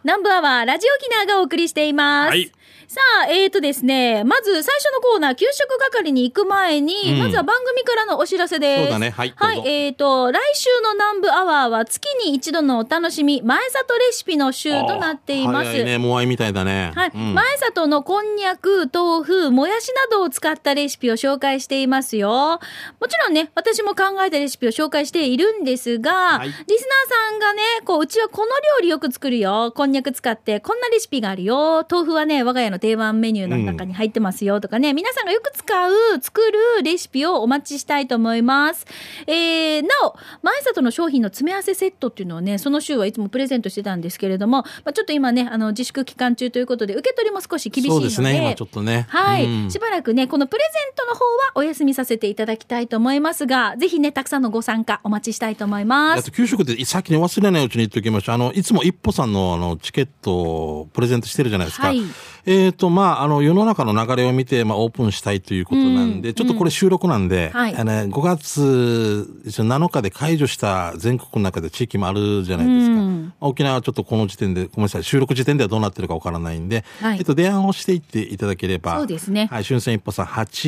南部アワーラジオキナーがお送りしています。はい、さあ、ですね、まず最初のコーナー、給食係に行く前に、まずは番組からのお知らせです。 そうだね。はい。 はい、来週の南部アワーは月に一度のお楽しみ、前里レシピの週となっています。 早いね、モアイみたいだね。 はい、前里のこんにゃく、豆腐、もやしなどを使ったレシピを紹介していますよ。もちろんね、私も考えたレシピを紹介しているんですが、リスナーさんがね、うちはこの料理よく作るよ。こんにゃく使ってこんなレシピがあるよ。豆腐はね、我が家の定番メニューの中に入ってますよとかね、皆さんがよく作るレシピをお待ちしたいと思います。なお、前里の商品の詰め合わせセットっていうのをね、その週はいつもプレゼントしてたんですけれども、ちょっと今ね、自粛期間中ということで受け取りも少し厳しいので、 そうですね、今ちょっとね。 はい、しばらくね、このプレゼントの方はお休みさせていただきたいと思いますが、ぜひね、たくさんのご参加お待ちしたいと思います。 あと給食って先に忘れないうちに言っておきましょう。いつも一歩さんのチケットをプレゼントしてるじゃないですか。はい、世の中の流れを見て、オープンしたいということなんで、ちょっとこれ収録なんで、5月7日で解除した全国の中で地域もあるじゃないですか。沖縄はちょっとこの時点で、ごめんなさい、収録時点ではどうなってるかわからないんで、電話をしていっていただければ、 そうですね。 はい、春戦一歩さん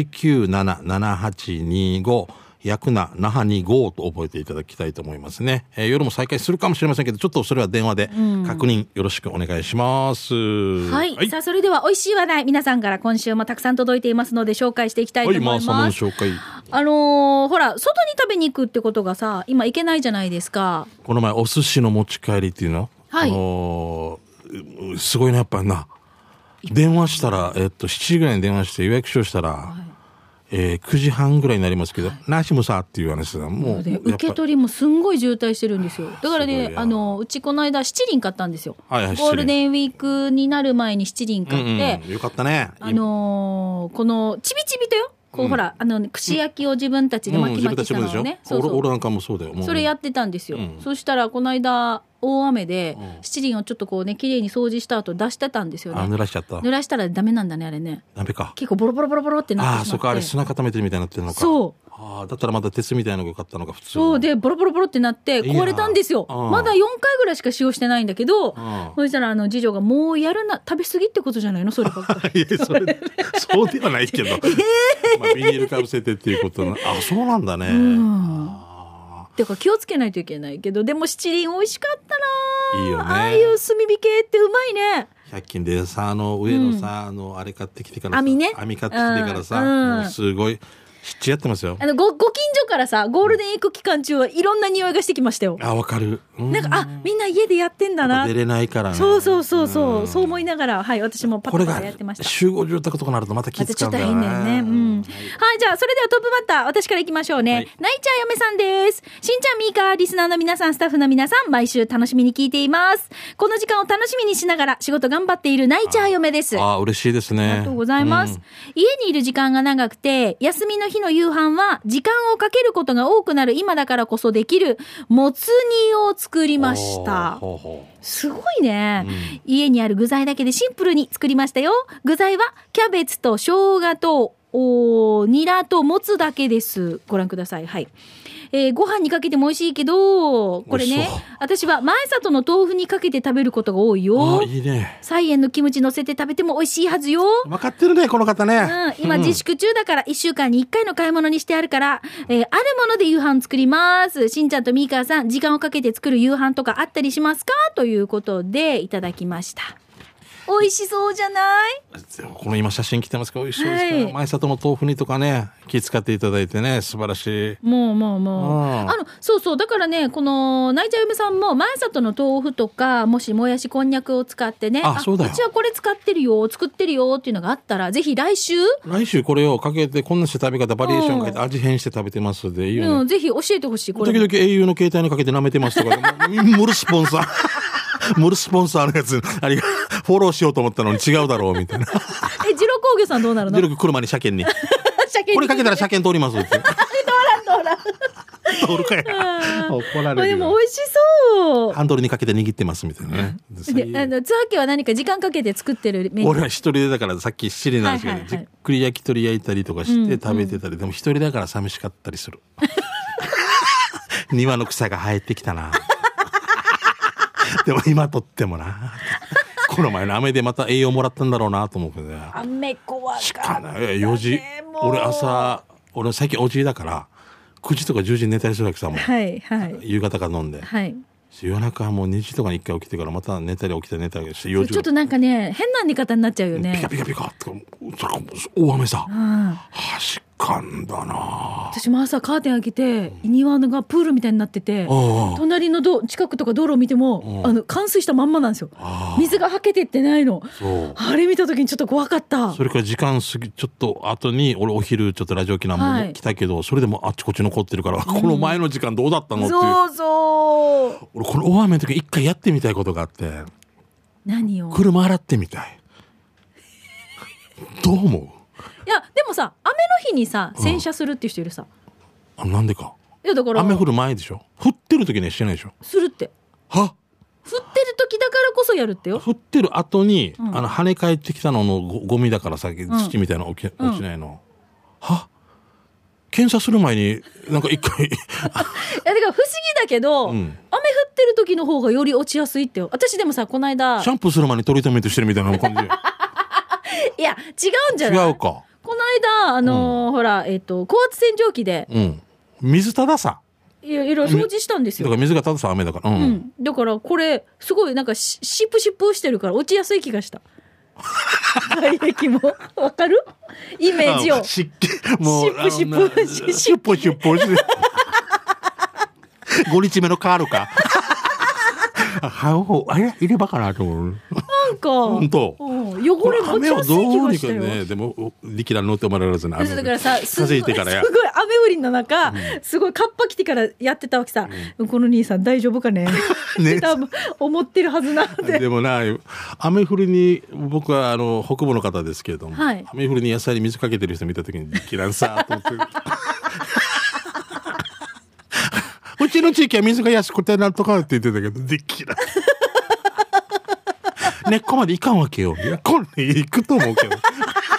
897-7825役な那覇に GO と覚えていただきたいと思いますね。夜も再開するかもしれませんけど、ちょっとそれは電話で確認よろしくお願いします。 はい。さあ、それでは美味しい話題、皆さんから今週もたくさん届いていますので紹介していきたいと思います。 はい、その紹介。 ほら、外に食べに行くってことがさ、今行けないじゃないですか。 この前お寿司の持ち帰りっていうの、はい、すごいね、やっぱりな。電話したら、7時ぐらいに電話して予約書したら、9時半ぐらいになりますけど、なしもさっていう話だ。もう受け取りもすんごい渋滞してるんですよ。だからね、うちこの間七輪買ったんですよ。ゴールデンウィークになる前に七輪買って、 よかったね。 このちびちびとよ、ほら串焼きを自分たちで巻きしたのをね、 俺なんかもそうだよ。 それやってたんですよ。そしたらこの間大雨で七輪をちょっと綺麗に掃除した後出してたんですよね。 濡らしちゃった。 濡らしたらダメなんだね、あれね。 ダメか。 結構ボロボロボロボロってなってしまって。 そっか、あれ砂固めてるみたいになってるのか。 そう。 だったらまた鉄みたいなのが良かったのが普通。 そうでボロボロボロってなって壊れたんですよ。まだ4回ぐらいしか使用してないんだけど、そしたら次女がもうやるな、食べ過ぎってことじゃないの、そればっかり。 そうではないけど、ビニールかぶせてっていうことな。そうなんだね。 だから気をつけないといけないけど、でも七輪美味しかったな。 いいよね。 ああいう炭火系ってうまいね。 100均でさ、上のさ、あれ買ってきてからさ、 網ね、 網買ってきてからさ、もうすごいしやってますよ。 ご近所からさ、ゴールデンウィーク期間中はいろんな匂いがしてきましたよ。 わかる。 なんかみんな家でやってんだな。 出れないからね。 そう思いながら、はい、私もパッとやってました。 集合住宅とかなるとまた気使うんだよね。 またちょっと大変だよね。はい、じゃあそれではトップバッター、私からいきましょうね。ナイチャー嫁さんです。しんちゃん、みーか、リスナーの皆さん、スタッフの皆さん、毎週楽しみに聞いています。この時間を楽しみにしながら仕事頑張っているナイチャー嫁です。 嬉しいですね。 ありがとうございます。家にいる時間が長くて、休みの日の夕飯は時間をかけることが多くなる今だからこそできるもつ煮を作りました。すごいね、家にある具材だけでシンプルに作りましたよ。具材はキャベツと生姜とニラともつだけです。ご覧ください。はい。ご飯にかけても美味しいけど、これね、私は前里の豆腐にかけて食べることが多いよ。 いいね。 菜園のキムチ乗せて食べても美味しいはずよ。 分かってるね、この方ね。 今自粛中だから1週間に1回の買い物にしてあるから、あるもので夕飯作ります。しんちゃんとみーかーさん、時間をかけて作る夕飯とかあったりしますか、ということでいただきました。美味しそうじゃない？ この今写真来てますけど美味しそうですから、前里の豆腐煮とかね、気遣っていただいてね、素晴らしい。 もうそうだからね、このナイチャー嫁さんも前里の豆腐とか、もしもやしこんにゃくを使ってね、 そうだよ、 うちはこれ使ってるよ、作ってるよっていうのがあったら、ぜひ来週これをかけて、こんなして食べ方バリエーションかけて味変して食べてますでいいよね。 ぜひ教えてほしい。これ時々 au の携帯にかけて舐めてますとか無理スポンサー無理スポンサーのやつフォローしようと思ったのに違うだろうみたいな。 二郎工業さんどうなるの？ 二郎車に車検にこれかけたら車検通りますって通るかや怒られる。 でも美味しそう。 ハンドルにかけて握ってますみたいなね。 ツアー家は何か時間かけて作ってるメニュー？ 俺は一人でだから、さっき七輪なんですけど、じっくり焼き鳥焼いたりとかして食べてたり、でも一人だから寂しかったりする庭の草が生えてきたなでも今とってもなこの前の雨でまた栄養もらったんだろうなと思うけどね。 雨怖かった。 しかも4時。俺最近おじいだから、9時とか10時に寝たりするわけさ、もう。 はいはい。 夕方から飲んで。 はい。 夜中もう2時とかに1回起きてからまた寝たり起きて寝たりして4時。 ちょっとなんかね、変な寝方になっちゃうよね。 ピカピカピカって大雨さ。しかんだな。 私も朝カーテン開けて、庭がプールみたいになってて、隣の近くとか道路を見ても、冠水したまんまなんですよ。水がはけてってないの。あれ見た時にちょっと怖かった。 それから時間過ぎちょっと後に俺お昼ちょっとラジオ機能も来たけど、それでもあっちこっち残ってるから、この前の時間どうだったのっていう。 そうそう。 俺この大雨の時一回やってみたいことがあって。 何を？ 車洗ってみたい。どう思う？ いやでもさ、雨の日にさ洗車するっていう人いるさ。 なんでか。 いやだから雨降る前でしょ。降ってる時にはしてないでしょ。 するって。 は？ 降ってる時だからこそやるってよ。 降ってる後に、跳ね返ってきたののゴミだからさ、土みたいなの落ちないの。は？検査する前になんか一回いやだから不思議だけど、雨降ってる時の方がより落ちやすいってよ。私でもさ、この間シャンプーする前にトリートメントしてるみたいな感じいや違うんじゃない？ 違うか。 この間ほら高圧洗浄機で、 水たださいろいろ掃除したんですよ。 だから水がたださ雨だから、 だからこれすごいなんかシップシップしてるから落ちやすい気がした外壁もわかる？イメージを湿気もうシップシップシュッポシュッポして5日目のカールかあれ入れ歯かなと思う。 なんか本当汚れ落ちやすい気がしたよ。 ね、でも力ら乗ってもらえるずな。 だからさすごい雨降りの中、すごいカッパ着てからやってたわけさ、この兄さん大丈夫かねね多分思ってるはずなんで。 でもな、雨降りに僕は北部の方ですけれども、雨降りに野菜に水かけてる人見た時に力らんさと思ってうちの地域は水が安くてなんとかって言ってたけどできない根っこまでいかんわけよ。いやこれ行くと思うけど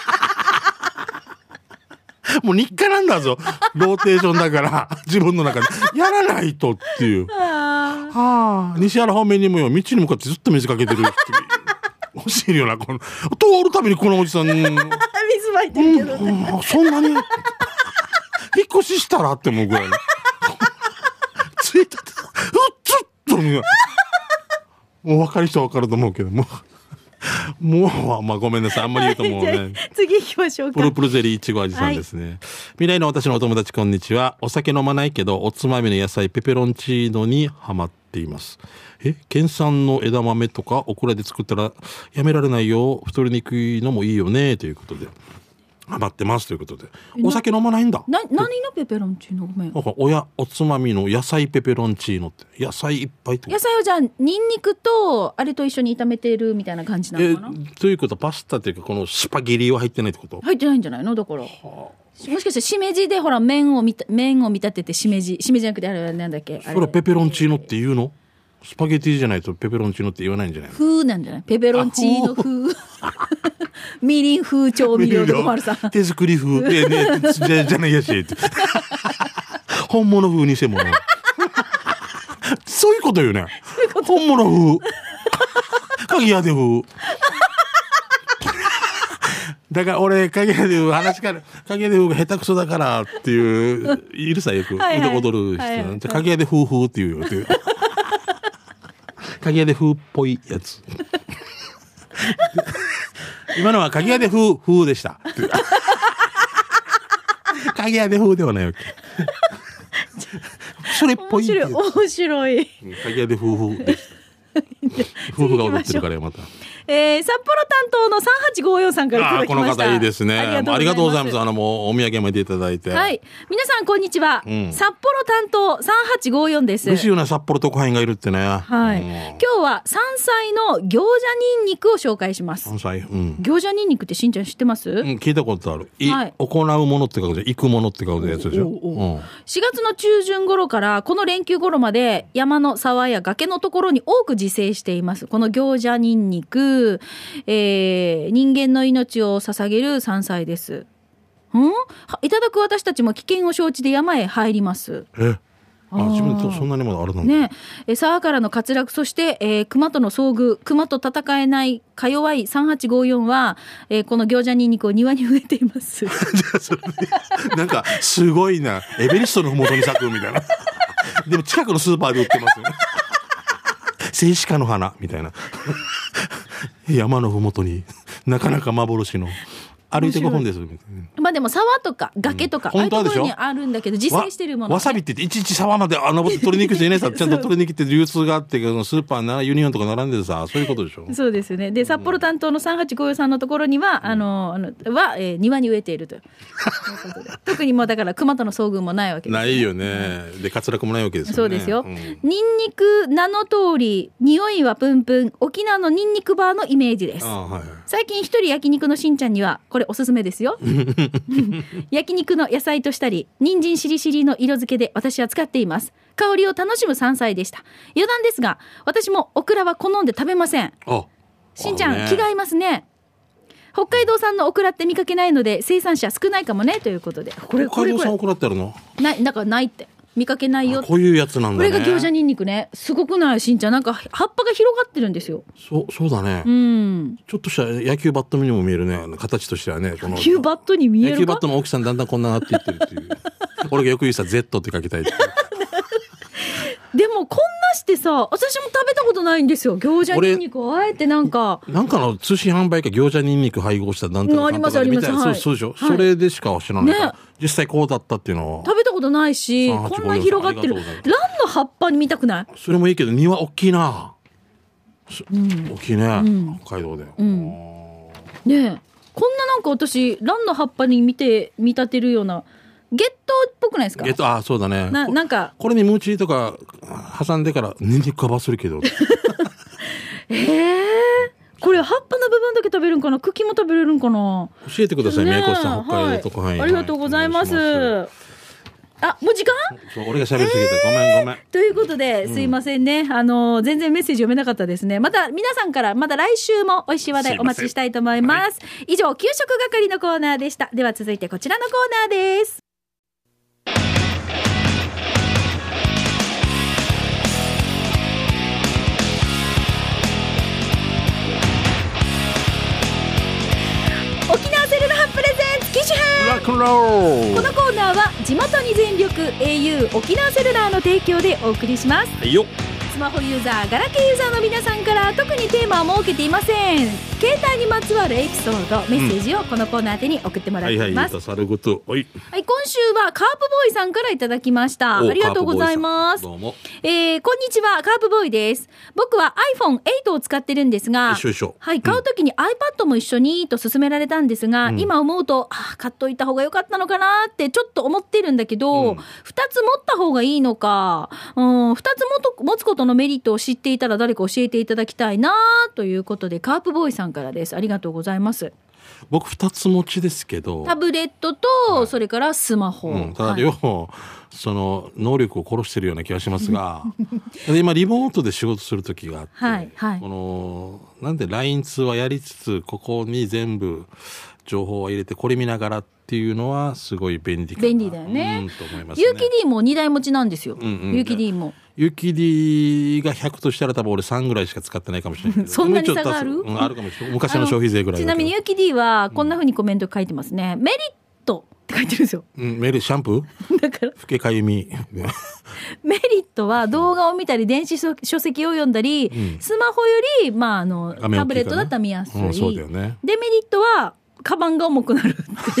もう日課なんだぞ。ローテーションだから自分の中でやらないとっていう西原方面にもよ道に向かってずっと水かけてる人欲しいよな。この通るたびにこのおじさん水まいてるけどね、 そんなに引っ越ししたらって思うぐらいついたってずっともう分かる人は分かると思うけどもうまあごめんなさい、あんまり言うともうね次行きましょうか。 プルプルゼリーいちご味さんですね、未来の私のお友達こんにちは。お酒飲まないけどおつまみの野菜ペペロンチーノにハマっています。県産の枝豆とかオクラで作ったらやめられないよ、太りにくいのもいいよねということでハマってますということで。お酒飲まないんだ。 何のペペロンチーノ？ごめん。 おつまみの野菜ペペロンチーノって野菜いっぱいって。 野菜をじゃあニンニクとあれと一緒に炒めているみたいな感じなのかな。 ということはパスタっていうかこのスパゲリは入ってないってこと？ 入ってないんじゃないの？だからもしかしてしめじでほら麺を見立ててしめじじゃなくてあれはなんだっけ？ それはペペロンチーノって言うの？スパゲティじゃないとペペロンチーノって言わないんじゃないの？ 風なんじゃない？ペペロンチーノ風みりん風調味料で困るさ手作り風じゃないやし本物風偽物そういうことよね。本物風鍵屋で風だから俺鍵屋で風話から鍵屋で風が下手くそだからっていういるさよく踊る人、鍵屋で風風っていうよっていう鍵屋で風っぽいやつ今のは鍵屋で風でした鍵屋で風ではないわけそれっぽい面白い鍵屋で風でした夫婦が踊ってるからよまた。 札幌担当の3854さんからいただきました。 この方いいですね。ありがとうございます。もうお土産もいていただいて。 はい。皆さんこんにちは。札幌担当3854です。 嬉しいよね、札幌特派員がいるってね。 はい。今日は山菜の餃子ニンニクを紹介します。 山菜。 餃子ニンニクってしんちゃん知ってます？ 聞いたことある。行うものって書くじゃん。行くものって書くやつでしょ。 4月の中旬頃からこの連休頃まで山の沢や崖のところに多く自生しています。この餃子ニンニク。人間の命を捧げる山菜です。いただく私たちも危険を承知で山へ入ります。 自分とそんなにまだあるのね。沢からの滑落、そして、熊との遭遇、熊と戦えないか弱い3854は、この餃子ニンニクを庭に植えています。 なんかすごいな、エベレストのふもとに咲くみたいな。でも近くのスーパーで売ってますよね。セイシカの花みたいな。山のふもとになかなか幻の歩いて5分です。 まあでも沢とか崖とか、 本当はでしょ、 ああいうところにあるんだけど実践してるもの、ね、 わさびって言っていちいち沢まで登って取りに行く人いないさ。ちゃんと取りに来て流通があってスーパーなユニオンとか並んでさ、そういうことでしょ。 そうですよね。で札幌担当の3854さんのところには、庭に植えているということで特にもうだから熊との遭遇もないわけです、ね、 ないよね。で滑落もないわけですよね。 そうですよ、ニンニク名の通り匂いはプンプン、沖縄のニンニクバーのイメージです。はい、最近一人焼肉のしんちゃんにはこれおすすめですよ。焼肉の野菜としたり人参しりしりの色付けで私は使っています。香りを楽しむ山菜でした。余談ですが私もオクラは好んで食べません。しんちゃん気が合いますね。北海道産のオクラって見かけないので生産者少ないかもねということで、 北海道産オクラってあるの？ なんかないって見かけないよ。 こういうやつなんだね。 これが餃子ニンニクね。すごくないしんちゃん、なんか葉っぱが広がってるんですよ。 そうだね、ちょっとした野球バットにも見えるね、形としてはね。 野球バットに見えるか。 野球バットの大きさにだんだんこんななっていってるっていう俺がよく言うさ Z って書きたいっていうでもこんなしてさ、私も食べたことないんですよ、餃子ニンニクをあえてなんかの通信販売か餃子ニンニク配合したなんてありますあります、はい、 そうでしょ、はい、それでしか知らないから、ね、実際こうだったっていうのを食べたことないし、こんな広がってる。ランの葉っぱに見たくない？ それもいいけど庭大きいな、大きいね、北海道で、ねえ、こんななんか私ランの葉っぱに見立てるようなゲットっぽくないですか？ ゲット、そうだね。 なんかこれにムーチーとか挟んでからニンニクカバーするけどこれ葉っぱの部分だけ食べるんかな、茎も食べれるんかな。 教えてください、宮越さん、北海道とか、 はい、ありがとうございます。もう時間？ そう、俺が喋りすぎて、ごめん。 ということで、すいませんね。全然メッセージ読めなかったですね。また皆さんからまた来週も美味しい話題お待ちしたいと思います。以上、給食係のコーナーでした。では続いてこちらのコーナーです。沖縄セルラープレゼンツ機種編。このコーナーは地元に全力 au 沖縄セルラーの提供でお送りします。 はいよ。 スマホユーザー、ガラケーユーザーの皆さんから特にテーマを設けていません。携帯にまつわるエピソード、メッセージをこのコーナー宛てに送ってもらっています。はい、今週はカープボーイさんからいただきました。ありがとうございます。どうも、こんにちは、カープボーイです。僕は iPhone8 を使ってるんですが、はい、買うときに iPad も一緒にと勧められたんですが、今思うと買っといた方が良かったのかなってちょっと思ってるんだけど、2つ持った方がいいのか、2つ持つことのメリットを知っていたら誰か教えていただきたいなということで、カープボーイさんからです。ありがとうございます。 僕2つ持ちですけど、 タブレットとそれからスマホ、 ただ両方、その能力を殺してるような気がしますが今リモートで仕事する時があって、なんで LINE 通話やりつつここに全部情報を入れてこれ見ながらっていうのはすごい便利かな。 便利だよね。 と思いますね。 有機 D も2台持ちなんですよ。有機 D も。 有機 D が100としたら多分俺3ぐらいしか使ってないかもしれないけどそんなに差がある？ あるかもしれない。昔の消費税ぐらい。 ちなみに有機 D はこんな風にコメント書いてますね。メリットって書いてるんですよ。 メリシャンプー？だから老けかゆみ。 メリットは動画を見たり電子書籍を読んだり、スマホよりタブレットだったら見やすい。 そうだよね。 デメリットはカバンが重くなるっていう、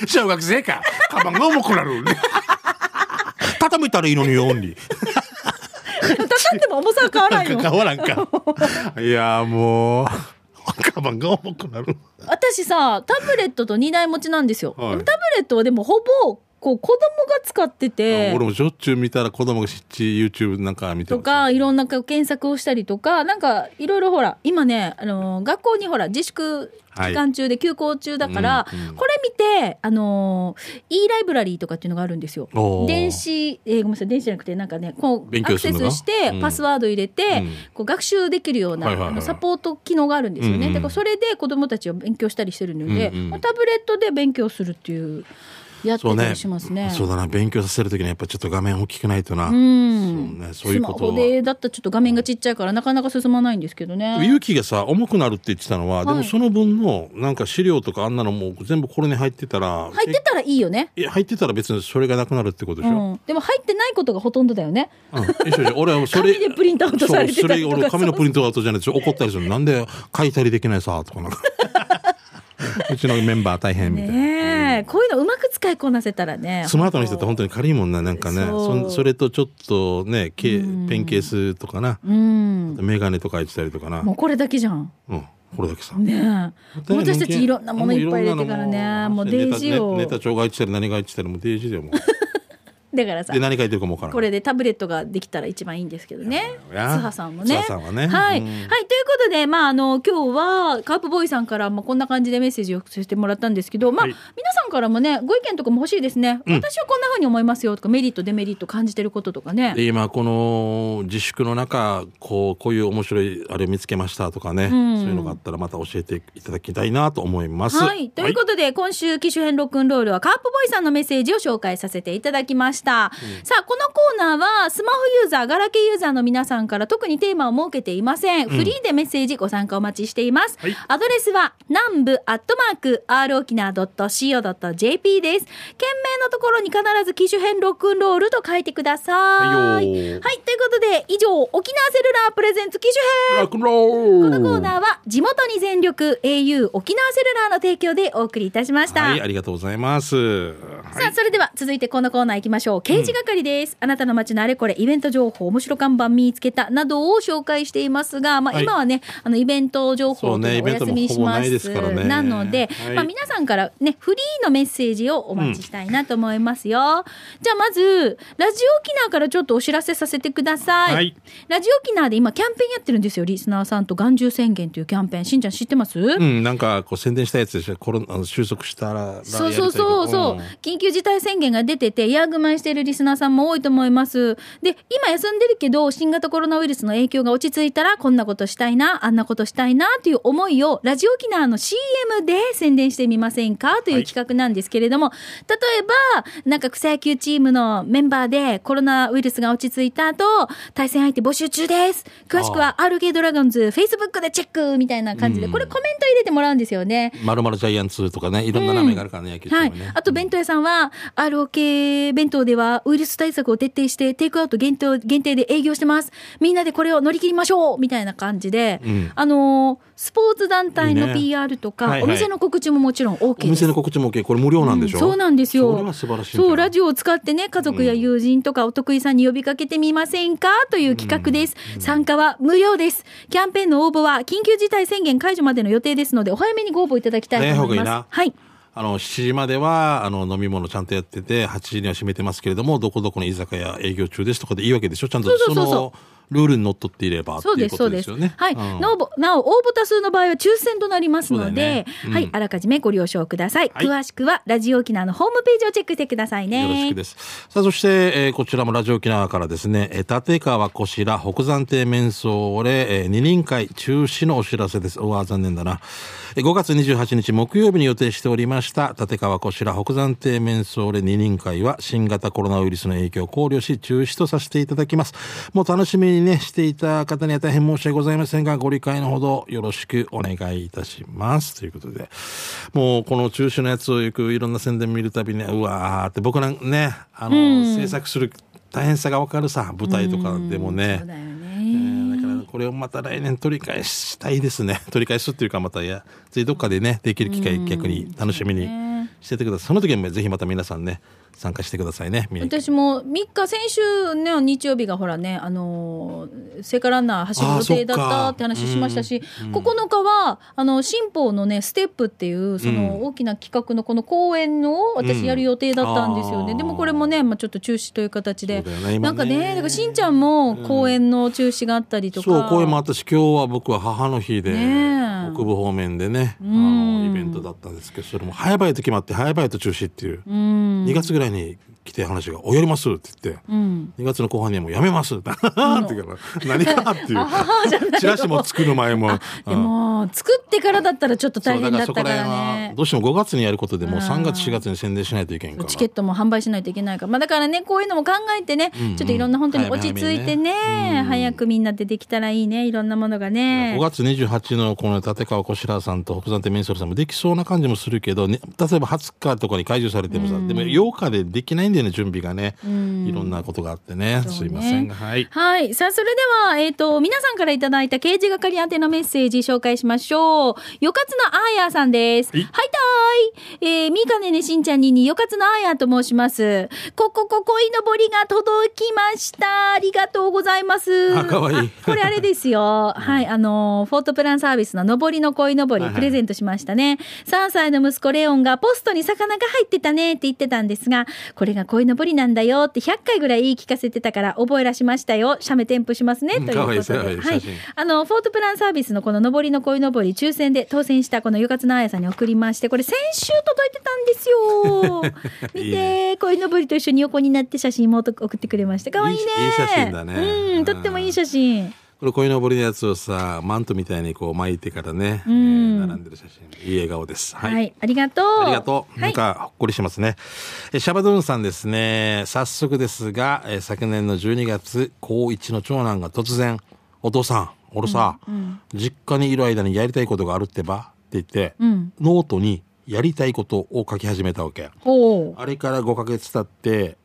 小学生か。カバンが重くなる畳いたらいいのにオンリー畳んでも重さは変わらんよ。 変わらんか。いやもうカバンが重くなる。 私さタブレットと2台持ちなんですよ、タブレットはでもほぼ子供が使ってて、 俺もしょっちゅう見たら子供がYouTube なんか見てますとかいろんな検索をしたりとか、なんかいろいろほら今ね学校にほら自粛期間中で休校中だから、これ見てe ライブラリーとかっていうのがあるんですよ。電子ごめんなさい、電子じゃなくてなんかねこうアクセスしてパスワード入れて、こう学習できるようなサポート機能があるんですよね。だからそれで子どもたちを勉強したりしてるので、タブレットで勉強するっていうやってたりしますね。 そうだな、勉強させるときにやっぱちょっと画面大きくないとな。そういうことは。 スマホでだったらちょっと画面がちっちゃいからなかなか進まないんですけどね。 勇気がさ、重くなるって言ってたのは、でもその分のなんか資料とかあんなのも全部これに入ってたらいいよね。 入ってたら別にそれがなくなるってことでしょ。 でも入ってないことがほとんどだよね。 俺はそれ紙でプリントアウトされてたりとか。 俺紙のプリントアウトじゃないと怒ったりする。なんで書いたりできないさとかなんかうちのメンバー大変みたいな。 こういうのうまく使いこなせたらね。 スマートの人って本当に軽いもんな、なんかね。それとちょっとね、ペンケースとかな、メガネとか入ってたりとかな。 もうこれだけじゃん。 これだけさ。 私たちいろんなものいっぱい入れてからね、もうデージを。 ネタ帳が入ってたり何が入ってたりもうデージだよもう。 だからさ、 で何書いてるかも分からない。 これでタブレットができたら一番いいんですけどね。津波さんもね。 津波さんはね。 はい、ということで、今日はカープボーイさんからこんな感じでメッセージをさせてもらったんですけど、皆さんからもねご意見とかも欲しいですね。私はこんな風に思いますよとか、メリットデメリット感じてることとかね。 で今この自粛の中こういう面白いあれを見つけましたとかね、そういうのがあったらまた教えていただきたいなと思います。 はい、ということで、今週機種編ロックンロールはカープボーイさんのメッセージを紹介させていただきました。さあこのコーナーはスマホユーザーガラケーユーザーの皆さんから特にテーマを設けていません。フリーでメッセージご参加お待ちしています。アドレスは南部@r沖縄 .co.jp です。件名のところに必ず機種編ロックンロールと書いてください。ということで以上、沖縄セルラープレゼンツ機種編ロックンロール、 このコーナーは地元に全力 au 沖縄セルラーの提供でお送りいたしました。 はい、ありがとうございます。 さあそれでは続いてこのコーナー行きましょう。刑事係です。あなたの街のあれこれイベント情報、面白看板見つけたなどを紹介していますが、今はねイベント情報というのをお休みします。なので、皆さんからねフリーのメッセージをお待ちしたいなと思いますよ。じゃあまずラジオ沖縄からちょっとお知らせさせてください。ラジオ沖縄で今キャンペーンやってるんですよ。リスナーさんと眼中宣言というキャンペーン、しんちゃん知ってます？ なんかこう宣伝したやつでしょ。コロナ収束したらそう緊急事態宣言が出ててヤーグマイしてるリスナーさんも多いと思います。で今休んでるけど新型コロナウイルスの影響が落ち着いたらこんなことしたいな、あんなことしたいなという思いをラジオ沖縄の CM で宣伝してみませんかという企画なんですけれども、例えばなんか草野球チームのメンバーでコロナウイルスが落ち着いた後対戦相手募集中です、詳しくは RK ドラゴンズ Facebook でチェックみたいな感じで、これコメント入れてもらうんですよね。 〇〇ジャイアンツとかね、いろんな名前があるからね、野球チームね。 あと弁当屋さんは ROK 弁当ではウイルス対策を徹底してテイクアウト限定で営業してます、みんなでこれを乗り切りましょうみたいな感じで、スポーツ団体の PR とかお店の告知ももちろん OK です。 お店の告知も OK、 これ無料なんでしょ。 そうなんですよ。 それは素晴らしい。 そう、ラジオを使ってね家族や友人とかお得意さんに呼びかけてみませんかという企画です。参加は無料です。キャンペーンの応募は緊急事態宣言解除までの予定ですのでお早めにご応募いただきたいと思います。はい、 7時までは飲み物ちゃんとやってて8時には閉めてますけれども、どこどこの居酒屋営業中ですとかでいいわけでしょ。ちゃんとそのルールにのっとっていればっていうことですよね。 はい、なお応募多数の場合は抽選となりますので、はい、あらかじめご了承ください。詳しくはラジオ沖縄のホームページをチェックしてくださいね。 よろしくです。さあそして、こちらもラジオ沖縄からですね、立川こしら北山亭面相で、二人会中止のお知らせです。残念だな。5月28日木曜日に予定しておりました立川こしら北山亭面相で二人会は新型コロナウイルスの影響を考慮し中止とさせていただきます。もう楽しみにねしていた方には大変申し訳ございませんがご理解のほどよろしくお願いいたしますということで、もうこの中止のやつをよくいろんな宣伝見るたびにうわーって僕なんね制作する大変さが分かるさ、舞台とかでもね。そうだよね。だからこれをまた来年取り返したいですね。取り返すっていうかまたぜひどっかでねできる機会逆に楽しみにしててください。その時にぜひまた皆さんね参加してくださいね。 私も3日先週の日曜日がほらね聖火ランナー走る予定だったって話しましたし、9日は新報のねステップっていうその大きな企画のこの公演を私やる予定だったんですよね。でもこれもね、ちょっちょっと中止という形で、なんかねだからしんちゃんも公演の中止があったりとか、 そう公演もあったし今日は僕は母の日で、北部方面でねイベントだったんですけど、それも早々と決まって早々と中止っていう、2月ぐらいに来て話が「おやります」って言って、2月の後半にはもうやめますって言うから何かっていうチラシも作る前もでも作ってからだったらちょっと大変だったからね。 どうしても5月にやることでもう3月4月に宣伝しないといけんから、 チケットも販売しないといけないから、だからねこういうのも考えてね、ちょっといろんな本当に落ち着いてね、早くみんな出てきたらいいね、いろんなものがね。 5月28のこの立川こしらさんと北山亭メンソールさんもできそうな感じもするけど、ね、例えば20日とかに解除されてもさ、でも8日でできないんだよね、準備がね、いろんなことがあってね、すいません。はい、 はい、さあそれでは、皆さんからいただいた刑事係宛てのメッセージ紹介しましょう。よかつのあーやさんです。はいたーい、みかねねしんちゃんによかつのあーやと申します。恋のぼりが届きました。ありがとうございます。 かわいい。 これあれですよ。はい、フォートプランサービスののぼりの恋のぼりプレゼントしましたね。3歳の息子レオンがポストに魚が入ってたねって言ってたんですが、これが恋のぼりなんだよって100回ぐらい言い聞かせてたから覚えらしましたよ。写メ添付しますね、ということで、はい、フォートプランサービスのこののぼりの恋のぼり抽選で当選したこのよかつのあやさんに送りまして、これ先週届いてたんですよ。見て、恋のぼりと一緒に横になって写真も送ってくれました。かわいいね。 いい写真だね。 とってもいい写真。 これ鯉のぼりのやつをさ、マントみたいにこう巻いてからね、並んでる写真、いい笑顔です。 はい、ありがとう。 ありがとう。なんかほっこりしますね。シャバドゥンさんですね。早速ですが、昨年の12月高1の長男が突然、お父さん俺さ、実家にいる間にやりたいことがあるってばって言って、ノートにやりたいことを書き始めたわけ。あれから5ヶ月経って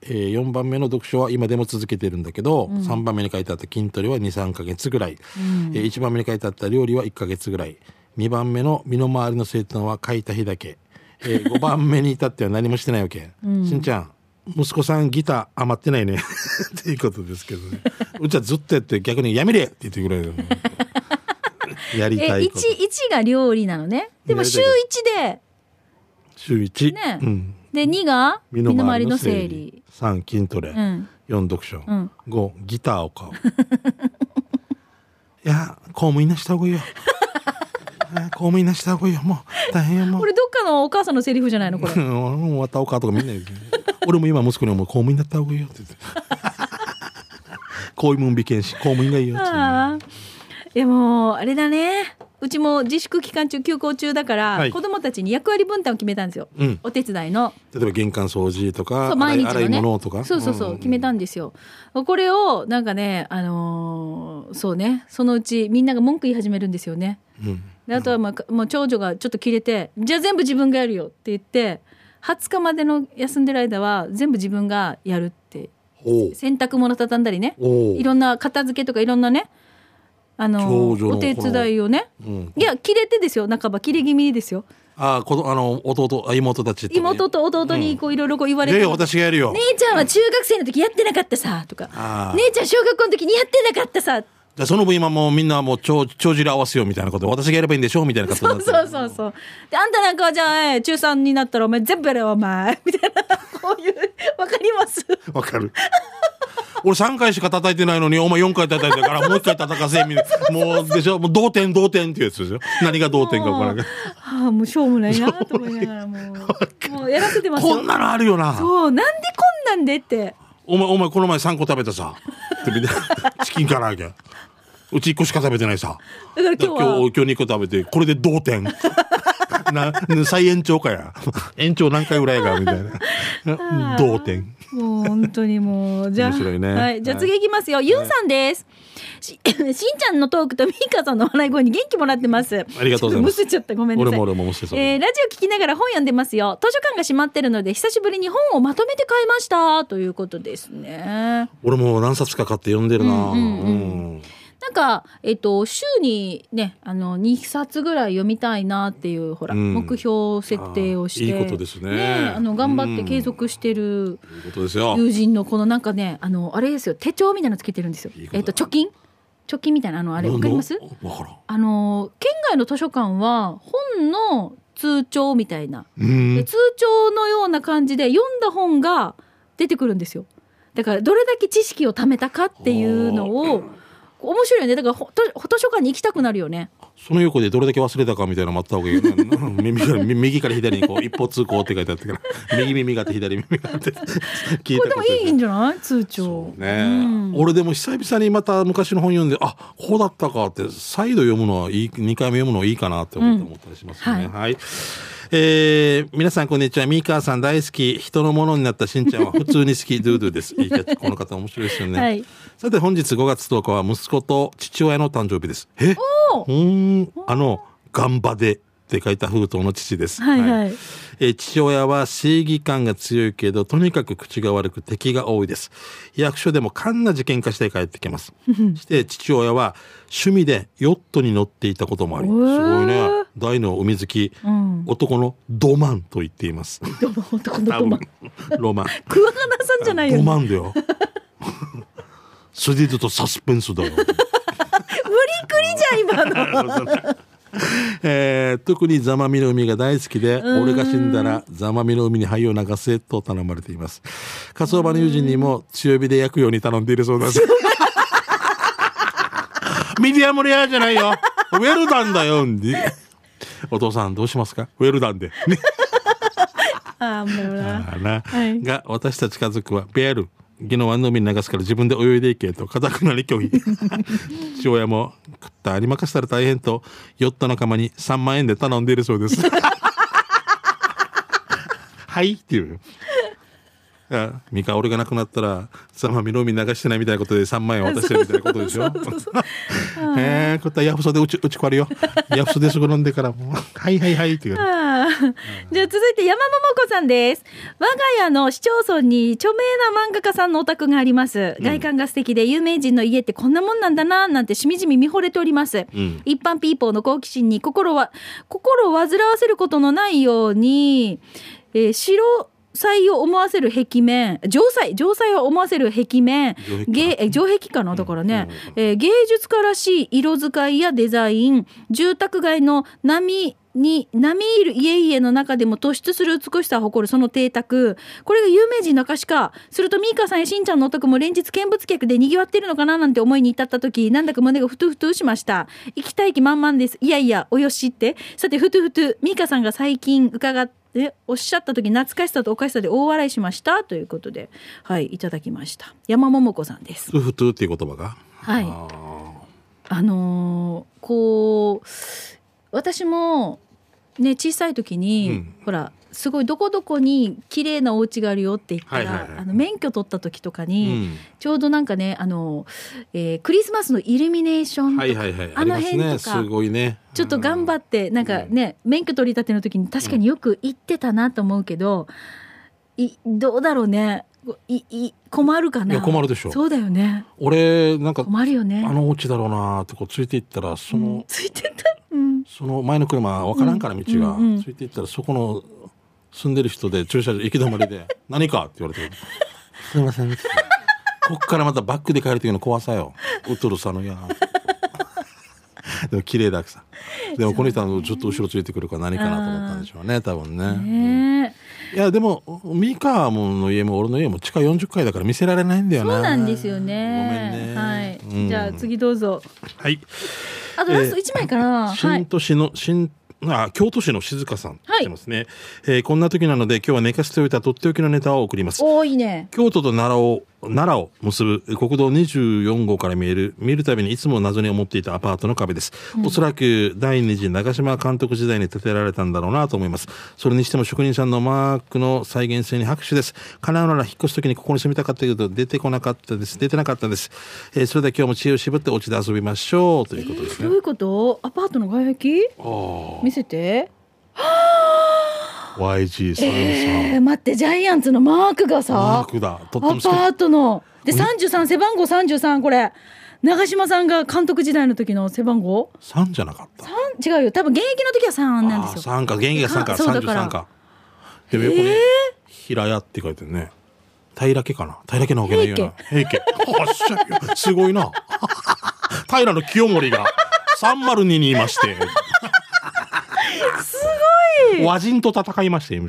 、4番目の読書は今でも続けてるんだけど、3番目に書いてあった筋トレは 2,3 ヶ月ぐらい、1番目に書いてあった料理は1ヶ月ぐらい、2番目の身の回りの整頓は書いた日だけ、5番目に至っては何もしてないわけ。しんちゃん息子さんギター余ってないねっていうことですけどね。うちはずっとやって逆にやめれって言ってくれるやりたいこと。 1が料理なのね。でも週1で週1、 ね、で2が身の回りの整理、 3筋トレ、4読書、5ギターを買う。いや公務員なした方がいいよ。公務員なした方がいいよ。もう大変よ。もうこれどっかのお母さんのセリフじゃないのこれ。 終わったお母とかみんな言う。俺も今息子にも公務員だった方がいいよって言って。公務員美検士公務員がいいよって。 いやもうあれだね。うちも自粛期間中休校中だから、子供たちに役割分担を決めたんですよ、お手伝いの。 例えば玄関掃除とか毎日の、ね、 洗い物とかそう決めたんですよ。これをなんかねそうね、そのうちみんなが文句言い始めるんですよね、であとはもう長女がちょっとキレて、じゃあ全部自分がやるよって言って20日までの休んでる間は全部自分がやるって、洗濯物畳んだりね、いろんな片付けとかいろんなねお手伝いをね、いや切れてですよ、半ば切れ気味ですよ。妹たちと、ね、妹と弟にこういろいろ言われて、 私がやるよ。 姉ちゃんは中学生の時やってなかったさとか、姉ちゃん小学校の時にやってなかったさ、 じゃその分今もうみんなもう帳尻合わせようみたいなことで、私がやればいいんでしょみたいなことになって、 そうで、あんたなんかはじゃあ中3になったらお前全部やれよお前みたいな、こういうわかります？ わかる。俺3回しか叩いてないのにお前4回叩いてるからもう1回叩かせみたいな。もうでしょ、もう同点っていうやつですよ。何が同点か分からない。 もうしょうもないなと思いながらもうやらせてますよ。 こんなのあるよな。 そう、なんでこんなんでって。 お前この前3個食べたさチキン唐揚げうち1個しか食べてないさ。 だから今日2個食べてこれで同点再延長かや延長何回ぐらいかみたいな同点。 もう本当にもうじゃあ面白いね、 はい、じゃあ次いきますよ、ユンさんです。しんちゃんのトークとミカさんの笑い声に元気もらってます。 ありがとうございます。 むせちゃった、ごめんなさい。 俺もむせそう、 ラジオ聞きながら本読んでますよ。図書館が閉まってるので久しぶりに本をまとめて買いましたということですね。 俺も何冊か買って読んでるな、 なんか、週にね、2冊ぐらい読みたいなっていう、ほら、目標設定をして。 いいことですね。 頑張って継続してるいいことですよ。 友人のこのなんかね、あれですよ、手帳みたいなのつけてるんですよ。貯金みたいな、あれ、わかります？ わからん。 県外の図書館は、本の通帳みたいな。で通帳のような感じで、読んだ本が出てくるんですよ。だから、どれだけ知識を貯めたかっていうのを、面白いよね。だから図書館に行きたくなるよね。 その横でどれだけ忘れたかみたいなのもあった方がいいよね。右から左にこう一歩通行って書いてあったから右耳があって左耳があって聞いたこれでもいいんじゃない通帳ね、俺でも久々にまた昔の本読んで、あ、こうだったかって再度読むのはいい、2回目読むのはいいかなって思ったりしますね。はい、皆さんこんにちは。ミーカーさん大好き、人のものになったしんちゃんは普通に好きドゥドゥです。いいキャッチ、この方面白いですよね。はい、さて本日5月10日は息子と父親の誕生日です。ガンバデって書いた封筒の父です。はいはい。父親は正義感が強いけどとにかく口が悪く敵が多いです。役所でもかんな事件化して帰ってきますして父親は趣味でヨットに乗っていたこともあり、すごいね、大の海好き、男のドマンと言っています。 男のドマンロマンクワガナさんじゃないよ、ね、 ドマンだよスリルとサスペンスだよ無理くりじゃん今の特にザマミの海が大好きで、俺が死んだらザマミの海に灰を流せと頼まれています。火葬場の友人にも強火で焼くように頼んでいるそうですミディアムレアじゃないよ、ウェルダンだよお父さんどうしますか、ウェルダンでもうな、 はい、が私たち家族はベールギノワンの海に流すから自分で泳いでいけと固くなり拒否父親も食ったありまかしたら大変とヨット仲間に3万円で頼んでいるそうですはいっていうミカ俺が亡くなったらザマミの海流してないみたいなことで3万円渡してるみたいなことでしょこったヤフソでうちこあるよヤフソですぐ飲んでからもうはいはいはいっていうじゃあ続いて山桃子さんです。我が家の市町村に著名な漫画家さんのお宅があります。外観が素敵で有名人の家ってこんなもんなんだななんてしみじみ見惚れております、一般ピーポーの好奇心に心を煩わせることのないように、白彩を思わせる壁面、城彩を思わせる壁面、城壁かな、だからね、芸術家らしい色使いやデザイン、住宅街の並みいる家々の中でも突出する美しさを誇るその邸宅、これが有名人の証か。するとミーカさんやしんちゃんのお宅も連日見物客で賑わっているのかななんて思いに至った時、なんだか胸がふとふとしました。行きたい気満々です。いやいやおよしって。さてふとミーカさんが最近伺っておっしゃった時、懐かしさとおかしさで大笑いしましたということで、はい、いただきました。山桃子さんです。 ふとっていう言葉が、 はい、こう私もね、小さい時に、ほらすごいどこどこに綺麗なお家があるよって言ったら、免許取った時とかに、ちょうどなんかねクリスマスのイルミネーションとか、あの辺とか、 すごいね、 ちょっと頑張ってなんかね、免許取り立ての時に確かによく行ってたなと思うけど、どうだろうね、困るかな。 いや困るでしょ。 そうだよね。 俺なんか困るよね。 あのお家だろうなってこうついていったら、ついてた、 その前の車分からんから道が、ついていったらそこの住んでる人で駐車場行き止まりで何かって言われてすいませんってこっからまたバックで帰る時の怖さよ、うとるさのやでも綺麗だけさ、でもこの人はちょっと後ろついてくるから何かなと思ったんでしょうね、多分ね。いやでもミカの家も俺の家も地下40階だから見せられないんだよね。 そうなんですよね。ごめんね。はい。じゃあ次どうぞ。 はい。 あとラスト1枚かな。 京都市の静香さん来てますね、こんな時なので今日は寝かせておいたとっておきのネタを送ります。 いいね。 京都と奈良を結ぶ国道24号から見るたびにいつも謎に思っていたアパートの壁です、おそらく第二次長嶋監督時代に建てられたんだろうなと思います。それにしても職人さんのマークの再現性に拍手です。叶うなら引っ越す時にここに住みたかったけど出てなかったです、それで今日も知恵を絞ってお家で遊びましょうということですね。 どういうこと？アパートの外壁見せて。 YG33、 待って、ジャイアンツのマークがさ、 マークだ、とっても好き。 アパートので33、背番号33、これ長嶋さんが監督時代の時の背番号 3じゃなかった。 3違うよ、多分現役の時は3なんですよ。 3か、現役が3か、33か。でも横に平屋って書いてるね。平家かな、平家のわけないよな。平家すごいな平の清盛が302にいましてすごい和人と戦いまして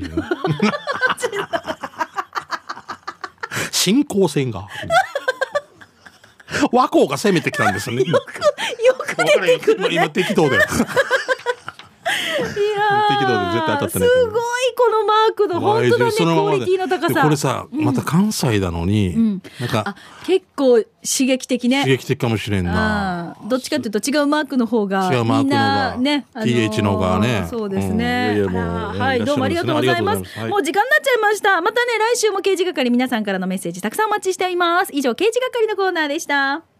新興戦が和光が攻めてきたんですね。 よく出てくるね。 今適当だよ。 いや適当で絶対当たってない。 すごいこのマークの本当だね、クオリティの高さ。 これさ、また関西なのに、なんか結構刺激的ね。 刺激的かもしれんな。 どっちかというと違うマークの方がみんなね、 TH の方がね。 そうですね。はい、どうもありがとうございます。もう時間になっちゃいました。またね、来週も刑事係皆さんからのメッセージたくさんお待ちしています。以上、刑事係のコーナーでした。